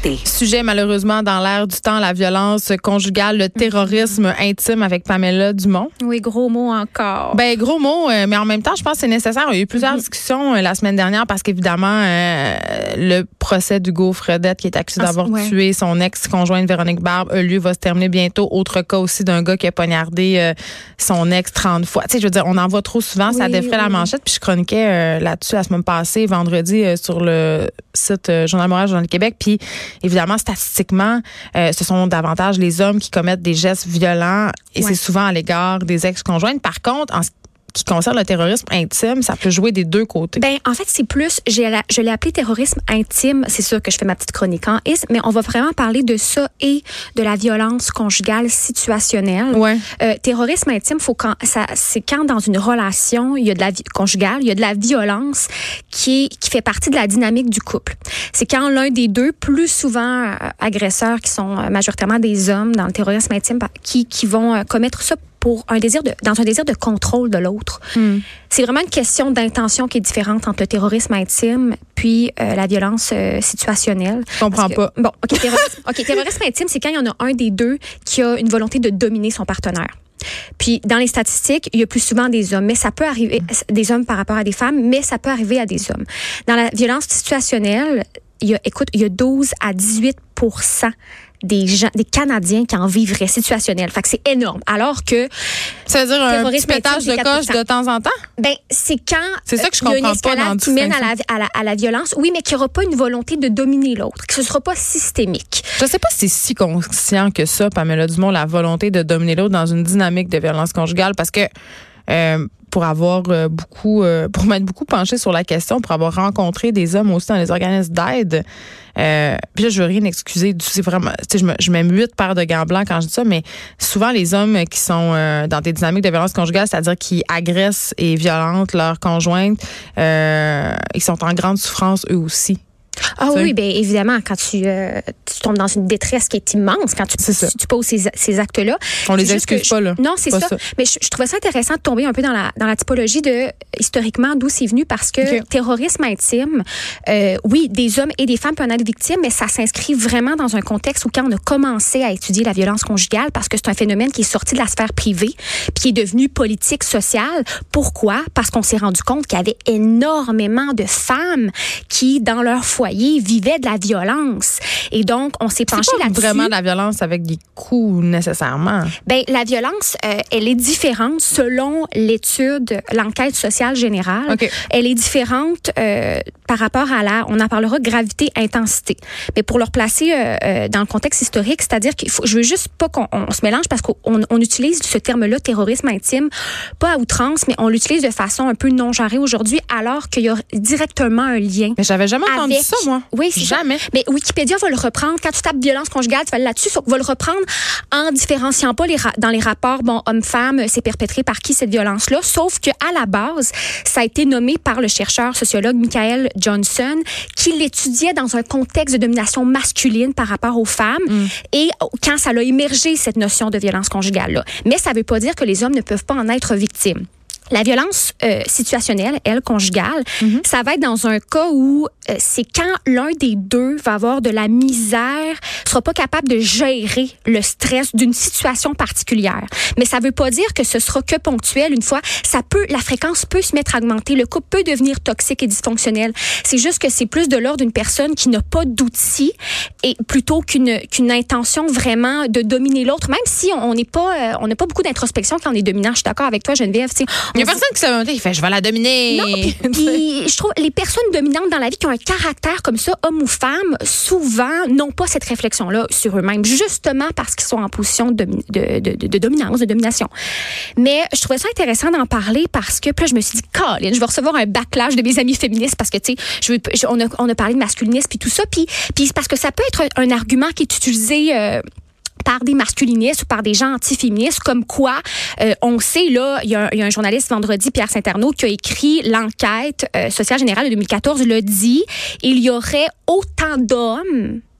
santé. Sujet malheureusement dans l'air du temps, la violence conjugale, le terrorisme intime avec Pamela Dumont. Oui, gros mot encore. Ben gros mot, mais en même temps, je pense que c'est nécessaire. Il y a eu plusieurs discussions la semaine dernière parce qu'évidemment, le procès d'Hugo Fredette qui est accusé d'avoir tué son ex-conjointe Véronique Barbe a lieu, va se terminer bientôt. Autre cas aussi d'un gars qui a poignardé son ex 30 fois. Tu sais, je veux dire, on en voit trop souvent, ça défrait la manchette. Puis je chroniquais là-dessus la semaine passée, vendredi, sur le site Journal Montréal, Journal Québec. Puis évidemment, statistiquement, ce sont davantage les hommes qui commettent des gestes violents et c'est souvent à l'égard des ex-conjointes. Par contre, en ce qui concerne le terrorisme intime, ça peut jouer des deux côtés. Ben, en fait, c'est plus, je l'ai appelé terrorisme intime. C'est sûr que je fais ma petite chronique en isme, mais on va vraiment parler de ça et de la violence conjugale situationnelle. Ouais. Terrorisme intime, c'est quand dans une relation, il y a de la conjugale, il y a de la violence qui fait partie de la dynamique du couple. C'est quand l'un des deux, plus souvent agresseurs qui sont majoritairement des hommes dans le terrorisme intime, qui vont commettre ça dans un désir de contrôle de l'autre. C'est vraiment une question d'intention qui est différente entre le terrorisme intime puis la violence situationnelle. Je comprends pas. Bon, terrorisme intime, c'est quand il y en a un des deux qui a une volonté de dominer son partenaire. Puis, dans les statistiques, il y a plus souvent des hommes, mais ça peut arriver, des hommes par rapport à des femmes, mais ça peut arriver à des hommes. Dans la violence situationnelle, il y a 12 à 18% des Canadiens qui en vivraient situationnel. Fait que c'est énorme. Alors que ça veut dire un petit pétage de coche de temps en temps? Ben, c'est quand c'est ça que je comprends il y a une escalade qui mène à la violence. Oui, mais qu'il n'y aura pas une volonté de dominer l'autre, que ce ne sera pas systémique. Je sais pas si c'est si conscient que ça, Pamela Dumont, la volonté de dominer l'autre dans une dynamique de violence conjugale, parce que pour avoir pour m'être beaucoup penchée sur la question, pour avoir rencontré des hommes aussi dans les organismes d'aide. Puis là, je veux rien excuser. C'est vraiment, tu sais, je mets 8 paires de gants blancs quand je dis ça, mais souvent les hommes qui sont dans des dynamiques de violence conjugale, c'est-à-dire qui agressent et violentent leur conjointe, ils sont en grande souffrance eux aussi. Ah oui, bien évidemment, quand tu tombes dans une détresse qui est immense, quand tu poses ces actes-là. On les excuse pas, là. Non, c'est ça. Mais je trouvais ça intéressant de tomber un peu dans la typologie de, historiquement, d'où c'est venu, parce que terrorisme intime, oui, des hommes et des femmes peuvent en être victimes, mais ça s'inscrit vraiment dans un contexte où quand on a commencé à étudier la violence conjugale, parce que c'est un phénomène qui est sorti de la sphère privée, puis qui est devenu politique, sociale. Pourquoi? Parce qu'on s'est rendu compte qu'il y avait énormément de femmes qui, dans leur foyer, vivaient de la violence. Et donc, on s'est penché là-dessus. C'est pas vraiment de la violence avec des coups, nécessairement. Ben, la violence, elle est différente selon l'enquête sociale générale. Okay. Elle est différente par rapport à on en parlera, gravité-intensité. Mais pour le replacer dans le contexte historique, c'est-à-dire je veux juste pas qu'on se mélange parce qu'on utilise ce terme-là, terrorisme intime, pas à outrance, mais on l'utilise de façon un peu non-genrée aujourd'hui, alors qu'il y a directement un lien. Mais j'avais jamais entendu ça, moi. Oui, c'est jamais. Ça. Mais Wikipédia va le reprendre. Quand tu tapes violence conjugale, tu vas aller là-dessus, va le reprendre en différenciant pas dans les rapports, homme-femme, c'est perpétré par qui cette violence-là, sauf qu'à la base, ça a été nommé par le chercheur sociologue Michael Johnson, qui l'étudiait dans un contexte de domination masculine par rapport aux femmes, et quand ça a émergé, cette notion de violence conjugale-là. Mais ça veut pas dire que les hommes ne peuvent pas en être victimes. La violence situationnelle, conjugale, ça va être dans un cas où c'est quand l'un des deux va avoir de la misère, sera pas capable de gérer le stress d'une situation particulière. Mais ça veut pas dire que ce sera que ponctuel. Une fois, la fréquence peut se mettre à augmenter, le couple peut devenir toxique et dysfonctionnel. C'est juste que c'est plus de l'ordre d'une personne qui n'a pas d'outils et plutôt qu'une intention vraiment de dominer l'autre, même si on n'a pas beaucoup d'introspection quand on est dominant. Je suis d'accord avec toi, Geneviève. Il y a personne qui se monte, il fait, je vais la dominer. Non, puis je trouve les personnes dominantes dans la vie qui ont un caractère comme ça, homme ou femme, souvent n'ont pas cette réflexion-là sur eux-mêmes, justement parce qu'ils sont en position de dominance, de domination. Mais je trouvais ça intéressant d'en parler parce que, puis là, je me suis dit, Colin, je vais recevoir un backlash de mes amis féministes parce que, tu sais, on a parlé de masculinisme puis tout ça, puis c'est parce que ça peut être un argument qui est utilisé par des masculinistes ou par des gens anti-féministes, comme quoi, on sait, là, il y a un journaliste vendredi, Pierre Saint-Arnaud, qui a écrit l'enquête sociale générale de 2014, le dit, il y aurait autant d'hommes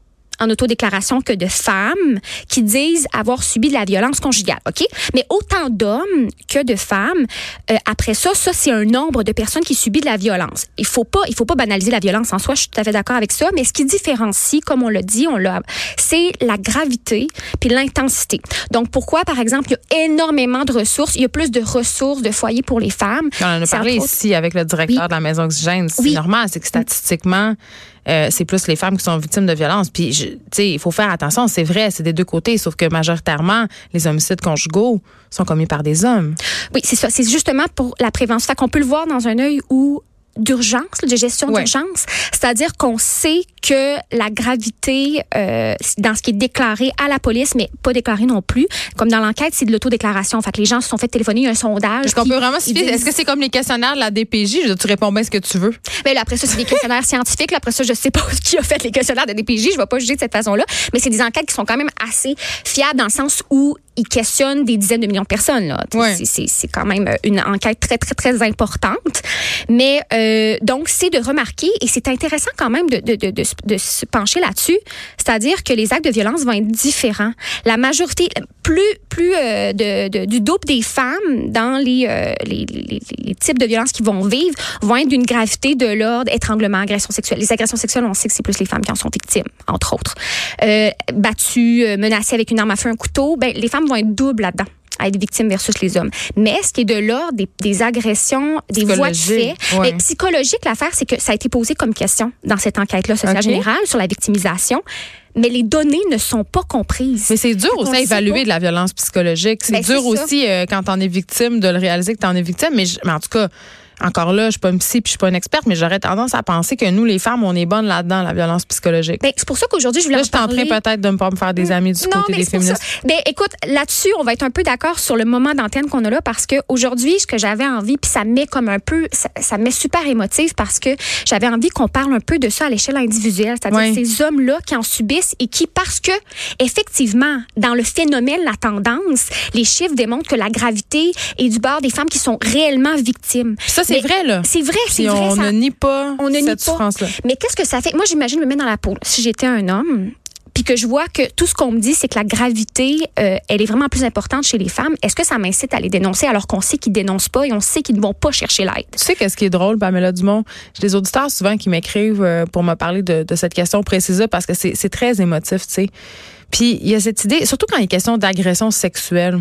en autodéclaration que de femmes qui disent avoir subi de la violence conjugale, OK? Mais autant d'hommes que de femmes. Après ça, c'est un nombre de personnes qui subissent de la violence. Il faut pas banaliser la violence en soi, je suis tout à fait d'accord avec ça, mais ce qui différencie, comme on l'a dit, c'est la gravité puis l'intensité. Donc, pourquoi, par exemple, il y a énormément de ressources, il y a plus de ressources de foyers pour les femmes. On en a parlé ici avec le directeur de la Maison Oxygène. C'est normal, c'est que statistiquement, c'est plus les femmes qui sont victimes de violences. Puis, tu sais, il faut faire attention. C'est vrai, c'est des deux côtés, sauf que majoritairement, les homicides conjugaux sont commis par des hommes. Oui, c'est ça. C'est justement pour la prévention. Fait qu'on peut le voir dans un œil où d'urgence, de gestion d'urgence, c'est-à-dire qu'on sait que la gravité dans ce qui est déclaré à la police, mais pas déclaré non plus, comme dans l'enquête, c'est de l'autodéclaration. Fait que les gens se sont fait téléphoner, il y a un sondage. Est-ce qu'on peut vraiment se fier? Est-ce que c'est comme les questionnaires de la DPJ? Tu réponds bien ce que tu veux. Mais là, après ça, c'est des questionnaires scientifiques. Là, après ça, je sais pas qui a fait les questionnaires de DPJ. Je vais pas juger de cette façon-là. Mais c'est des enquêtes qui sont quand même assez fiables dans le sens où ils questionnent des dizaines de millions de personnes. Là. C'est quand même une enquête très, très, très importante. Mais donc, c'est de remarquer, et c'est intéressant quand même de se pencher là-dessus, c'est-à-dire que les actes de violence vont être différents. La majorité, plus du double des femmes dans les types de violences qu'ils vont vivre vont être d'une gravité de l'ordre étranglement, agression sexuelle. Les agressions sexuelles, on sait que c'est plus les femmes qui en sont victimes, entre autres. Battues, menacées avec une arme à feu, un couteau, ben les femmes vont être doubles là-dedans, à être victimes versus les hommes. Mais ce qui est de l'ordre des agressions, des voies de fait, mais psychologique, l'affaire, c'est que ça a été posé comme question dans cette enquête-là sociale générale sur la victimisation. Mais les données ne sont pas comprises. Mais c'est dur aussi à évaluer de la violence psychologique. C'est dur aussi quand on est victime de le réaliser que tu en es victime. Mais en tout cas, encore là, je suis pas une psy puis je suis pas une experte, mais j'aurais tendance à penser que nous, les femmes, on est bonnes là-dedans, la violence psychologique. Ben, c'est pour ça qu'aujourd'hui, je voulais en parler. Je suis en train peut-être de ne pas me faire des amis du côté des féministes. Ben, écoute, là-dessus, on va être un peu d'accord sur le moment d'antenne qu'on a là parce que aujourd'hui, ce que j'avais envie, puis ça me met comme un peu, ça me met super émotive parce que j'avais envie qu'on parle un peu de ça à l'échelle individuelle, c'est-à-dire ces hommes-là qui en subissent et qui, parce que, effectivement, dans le phénomène, la tendance, les chiffres démontrent que la gravité est du bord des femmes qui sont réellement victimes. Ça, c'est vrai, là. C'est vrai, c'est vrai. On ne nie pas cette souffrance-là. Mais qu'est-ce que ça fait? Moi, j'imagine, je me mets dans la peau. Si j'étais un homme, puis que je vois que tout ce qu'on me dit, c'est que la gravité, elle est vraiment plus importante chez les femmes, est-ce que ça m'incite à les dénoncer alors qu'on sait qu'ils dénoncent pas et on sait qu'ils ne vont pas chercher l'aide? Tu sais qu'est-ce qui est drôle, Pamela Dumont? J'ai des auditeurs souvent qui m'écrivent pour me parler de cette question précise parce que c'est très émotif, tu sais. Puis il y a cette idée, surtout quand il est question d'agression sexuelle.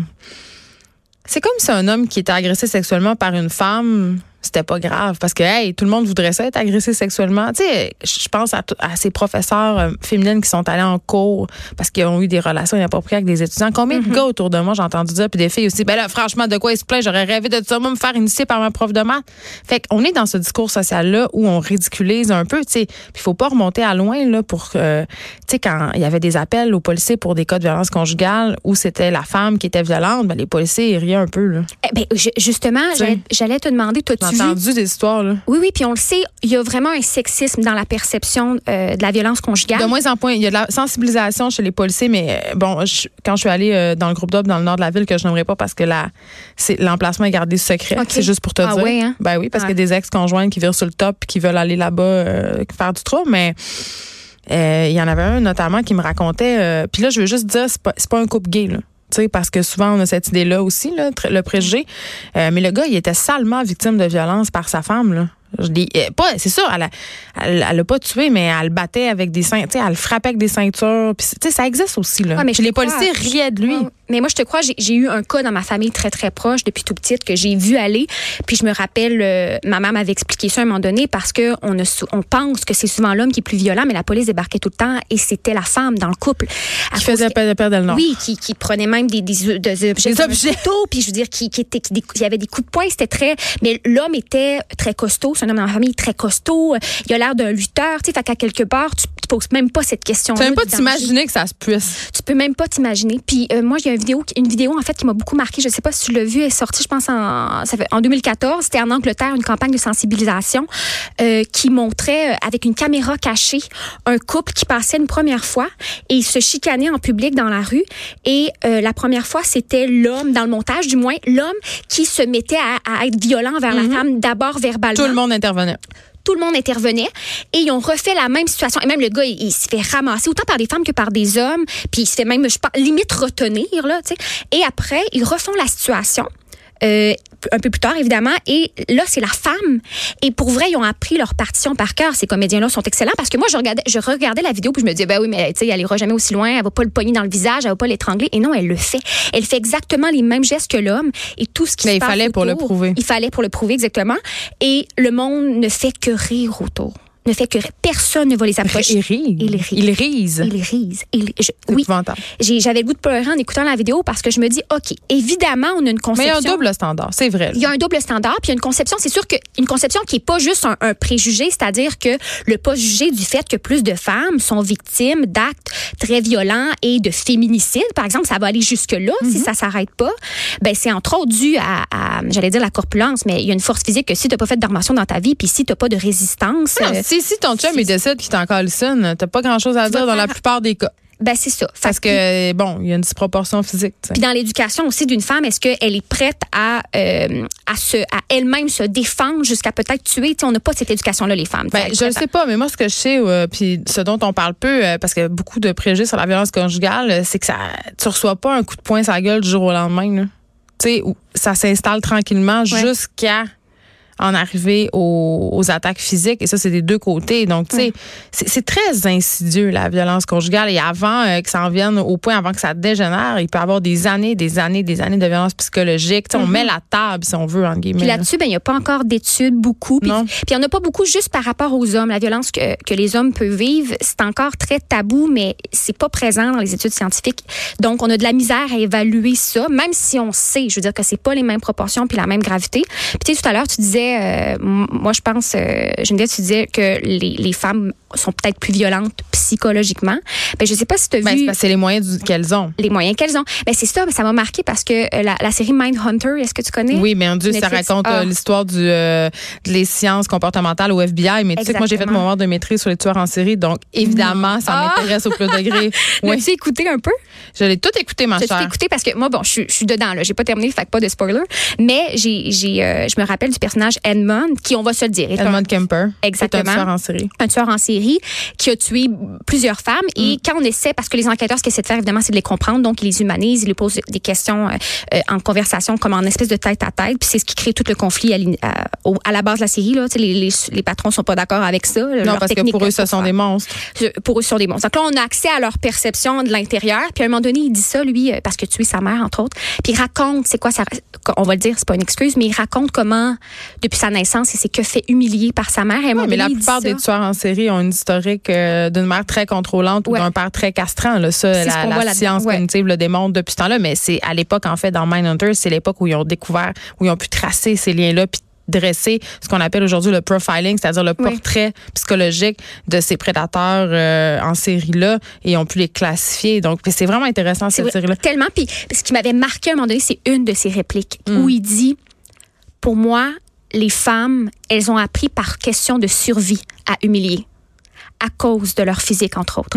C'est comme si un homme qui était agressé sexuellement par une femme, c'était pas grave parce que hey, tout le monde voudrait ça, être agressé sexuellement. Tu sais, je pense à ces professeurs féminines qui sont allées en cours parce qu'ils ont eu des relations inappropriées avec des étudiants. Combien de gars autour de moi, j'ai entendu dire, puis des filles aussi, ben là, franchement, de quoi ils se plaignent? J'aurais rêvé de ça, moi, me faire initier par ma prof de maths. Fait qu'on est dans ce discours social-là où on ridiculise un peu, tu sais. Puis il faut pas remonter à loin, là, pour, tu sais, quand il y avait des appels aux policiers pour des cas de violence conjugale où c'était la femme qui était violente, ben les policiers, ils riaient un peu, là. Eh ben, justement, j'allais te demander, toi, J'ai entendu des histoires, là. Oui, puis on le sait, il y a vraiment un sexisme dans la perception de la violence conjugale. De moins en moins, il y a de la sensibilisation chez les policiers, mais bon, quand je suis allée dans le groupe d'hommes dans le nord de la ville, que je n'aimerais pas parce que l'emplacement est gardé secret. Okay. C'est juste pour te dire. Ouais, hein? Ben oui, parce qu'il y a des ex-conjointes qui virent sur le top et qui veulent aller là-bas faire du trouble, mais il y en avait un notamment qui me racontait, puis là, je veux juste dire, c'est pas un couple gay, là. Parce que souvent, on a cette idée-là aussi, là, le préjugé. Mais le gars, il était salement victime de violence par sa femme, là. C'est sûr, elle l'a pas tué, mais elle le battait avec des ceintures, elle le frappait avec des ceintures. Puis, ça existe aussi, là. Mais les policiers riaient de lui. Mais moi, je te crois, j'ai eu un cas dans ma famille très, très proche depuis tout petite que j'ai vu aller. Puis je me rappelle, ma mère m'avait expliqué ça à un moment donné parce que on pense que c'est souvent l'homme qui est plus violent, mais la police débarquait tout le temps et c'était la femme dans le couple. Qui faisait perdre le nord. Oui, qui prenait même des objets. Puis je veux dire, il y avait des coups de poing, c'était très... Mais l'homme était très costaud, c'est un homme dans la famille très costaud. Il a l'air d'un lutteur, tu sais, fait qu'à quelque part, tu poses même pas cette question-là. Tu peux même pas t'imaginer que ça se puisse. Tu peux même pas t'imaginer. Puis moi, il y a une vidéo en fait qui m'a beaucoup marquée. Je sais pas si tu l'as vue, elle est sortie, je pense en 2014. C'était en Angleterre, une campagne de sensibilisation qui montrait avec une caméra cachée un couple qui passait une première fois et il se chicanait en public dans la rue. Et la première fois, c'était l'homme, dans le montage du moins, l'homme qui se mettait à être violent vers la femme, d'abord verbalement. Tout le monde intervenait. tout le monde intervenait et ils ont refait la même situation. Et même le gars, il se fait ramasser autant par des femmes que par des hommes. Puis il se fait même, je pense, limite retenir, là, tu sais. Et après, ils refont la situation. Un peu plus tard, évidemment. Et là, c'est la femme. Et pour vrai, ils ont appris leur partition par cœur. Ces comédiens-là sont excellents parce que moi, je regardais la vidéo puis je me disais, ben oui, mais tu sais, elle ira jamais aussi loin. Elle va pas le pogner dans le visage. Elle va pas l'étrangler. Et non, elle le fait. Elle fait exactement les mêmes gestes que l'homme. Et tout ce qui se passe il fallait autour, pour le prouver. Il fallait pour le prouver, exactement. Et le monde ne fait que rire autour. Ne fait que personne ne va les approcher. Ils risent. Oui. J'avais le goût de pleurer en écoutant la vidéo parce que je me dis, OK, évidemment, on a une conception. Mais il y a un double standard, c'est vrai. Il y a un double standard, puis il y a une conception. C'est sûr qu'une conception qui est pas juste un préjugé, c'est-à-dire que le pas jugé du fait que plus de femmes sont victimes d'actes très violents et de féminicide, par exemple, ça va aller jusque-là si ça s'arrête pas. Ben, c'est entre autres dû à j'allais dire la corpulence, mais il y a une force physique que si t'as pas fait d'armation dans ta vie, puis si t'as pas de résistance. Si ton chum il décide qu'il t'en calissonne, t'as pas grand-chose à dire dans la plupart des cas. Ben, c'est ça. Parce que, bon, il y a une disproportion physique. T'sais. Puis dans l'éducation aussi d'une femme, est-ce qu'elle est prête à elle-même se défendre jusqu'à peut-être tuer? T'sais, on n'a pas cette éducation-là, les femmes. Ben, je ne sais pas, mais moi, ce que je sais, puis ce dont on parle peu, parce qu'il y a beaucoup de préjugés sur la violence conjugale, c'est que tu reçois pas un coup de poing sur la gueule du jour au lendemain. Tu sais, ça s'installe tranquillement jusqu'à en arriver aux attaques physiques. Et ça, c'est des deux côtés. Donc, tu sais, c'est très insidieux, la violence conjugale. Et avant que ça en vienne au point, avant que ça dégénère, il peut y avoir des années de violence psychologique. Tu sais, on met la table, si on veut, entre guillemets. Puis là-dessus, ben, il n'y a pas encore d'études, beaucoup. Puis il n'y en a pas beaucoup juste par rapport aux hommes. La violence que les hommes peuvent vivre, c'est encore très tabou, mais c'est pas présent dans les études scientifiques. Donc, on a de la misère à évaluer ça, même si on sait, je veux dire, que c'est pas les mêmes proportions puis la même gravité. Puis tu sais, tout à l'heure, tu disais, moi, je pense, Geneviève, tu disais que les femmes sont peut-être plus violentes psychologiquement. Ben, je sais pas si tu as vu. C'est les moyens qu'elles ont. Les moyens qu'elles ont. Ben, c'est ça, ça m'a marqué parce que la série Mindhunter, est-ce que tu connais? Oui, mais en Dieu, ça raconte l'histoire des sciences comportementales au FBI. Mais tu sais que moi, j'ai fait mon mémoire de maîtrise sur les tueurs en série. Donc, évidemment, ça m'intéresse au plus degré. Oui. L'as-tu écouté un peu? Je l'ai tout écouté, ma chère. J'ai tout écouté parce que moi, bon, je suis dedans, là. J'ai pas terminé, fait que pas de spoiler. Mais je me rappelle du personnage Edmund, qui, on va se le dire. Edmund Kemper. Exactement. C'est un tueur en série. Un tueur en série qui a tué plusieurs femmes. Et quand on essaie, parce que les enquêteurs, ce qu'ils essaient de faire, évidemment, c'est de les comprendre. Donc, ils les humanisent, ils lui posent des questions en conversation, comme en espèce de tête à tête. Puis c'est ce qui crée tout le conflit à la base de la série. Là. Les patrons sont pas d'accord avec ça. Non, parce que pour eux, ce sont des monstres. Pour eux, ce sont des monstres. Donc là, on a accès à leur perception de l'intérieur. Puis à un moment donné, il dit ça, lui, parce que tuer sa mère, entre autres. Puis il raconte, c'est quoi ça, on va le dire, c'est pas une excuse, mais il raconte comment, depuis sa naissance, il s'est que fait humilier par sa mère. Mais la plupart des tueurs en série ont une historique d'une mère très contrôlante ou d'un père très castrant. Là. Ça, la science cognitive le démontre depuis ce temps-là. Mais c'est à l'époque, en fait, dans Mindhunter, c'est l'époque où ils ont découvert, où ils ont pu tracer ces liens-là, puis dresser ce qu'on appelle aujourd'hui le profiling, c'est-à-dire le portrait psychologique de ces prédateurs en série-là, et ont pu les classifier. Donc, c'est vraiment intéressant, cette série-là. Tellement. Puis, ce qui m'avait marqué à un moment donné, c'est une de ses répliques où il dit, pour moi, les femmes, elles ont appris par question de survie à humilier à cause de leur physique, entre autres.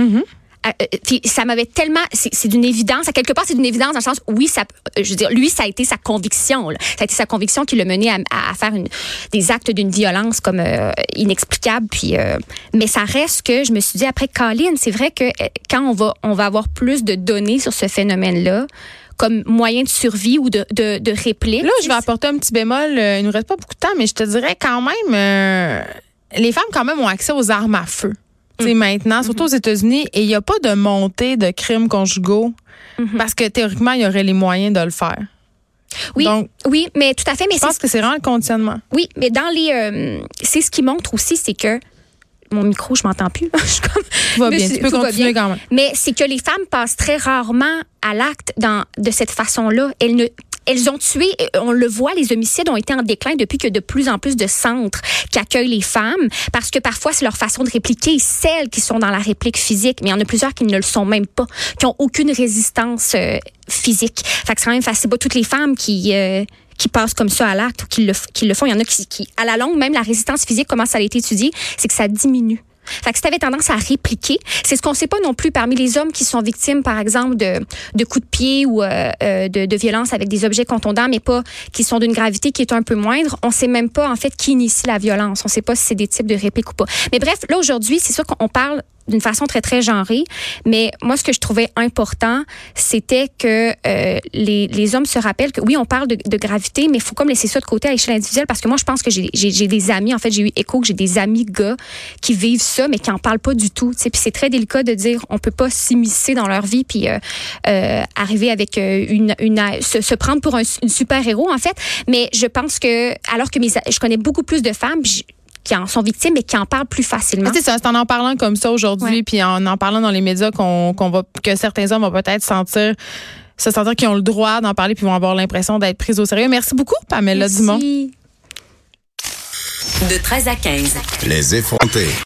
Ça m'avait tellement... C'est d'une évidence. À quelque part, c'est d'une évidence dans le sens, oui, je veux dire, lui, ça a été sa conviction. Là. Ça a été sa conviction qui l'a mené à faire des actes d'une violence comme inexplicable. Puis, mais ça reste que je me suis dit, après, Colin, c'est vrai que quand on va avoir plus de données sur ce phénomène-là, comme moyen de survie ou de réplique. Là, je vais apporter un petit bémol. Il nous reste pas beaucoup de temps, mais je te dirais quand même, les femmes quand même ont accès aux armes à feu. Maintenant, surtout aux États-Unis, et il n'y a pas de montée de crimes conjugaux parce que théoriquement, il y aurait les moyens de le faire. Oui, donc, oui, mais tout à fait. Mais je pense que c'est vraiment le conditionnement. Oui, mais dans les... c'est ce qui montre aussi, c'est que... Mon micro, je m'entends plus. Je suis comme, tout va bien, tu peux continuer quand même. Mais c'est que les femmes passent très rarement à l'acte de cette façon-là. Elles ont tué, on le voit, les homicides ont été en déclin depuis qu'il y a de plus en plus de centres qui accueillent les femmes, parce que parfois, c'est leur façon de répliquer celles qui sont dans la réplique physique, mais il y en a plusieurs qui ne le sont même pas, qui n'ont aucune résistance physique. Fait que c'est quand même facile. Pas toutes les femmes qui passent comme ça à l'acte ou qui le font. Il y en a qui, à la longue, même la résistance physique, comment ça a été étudié, c'est que ça diminue Fait que si tu avais tendance à répliquer, c'est ce qu'on sait pas non plus parmi les hommes qui sont victimes, par exemple, de coups de pied ou de violences avec des objets contondants, mais pas qui sont d'une gravité qui est un peu moindre. On sait même pas, en fait, qui initie la violence. On sait pas si c'est des types de répliques ou pas. Mais bref, là, aujourd'hui, c'est sûr qu'on parle d'une façon très, très genrée. Mais moi, ce que je trouvais important, c'était que les hommes se rappellent que, oui, on parle de gravité, mais il faut comme laisser ça de côté à l'échelle individuelle parce que moi, je pense que j'ai des amis, en fait, j'ai eu écho que j'ai des amis gars qui vivent ça, mais qui en parlent pas du tout. Puis c'est très délicat de dire on peut pas s'immiscer dans leur vie puis arriver avec se prendre pour une super-héros, en fait. Mais je pense que, alors que je connais beaucoup plus de femmes, qui en sont victimes, mais qui en parlent plus facilement. C'est ça, c'est en parlant comme ça aujourd'hui, puis en parlant dans les médias que certains hommes vont peut-être se sentir qu'ils ont le droit d'en parler, puis vont avoir l'impression d'être pris au sérieux. Merci beaucoup, Pamela Dumont. De 13 à 15. Les effrontés.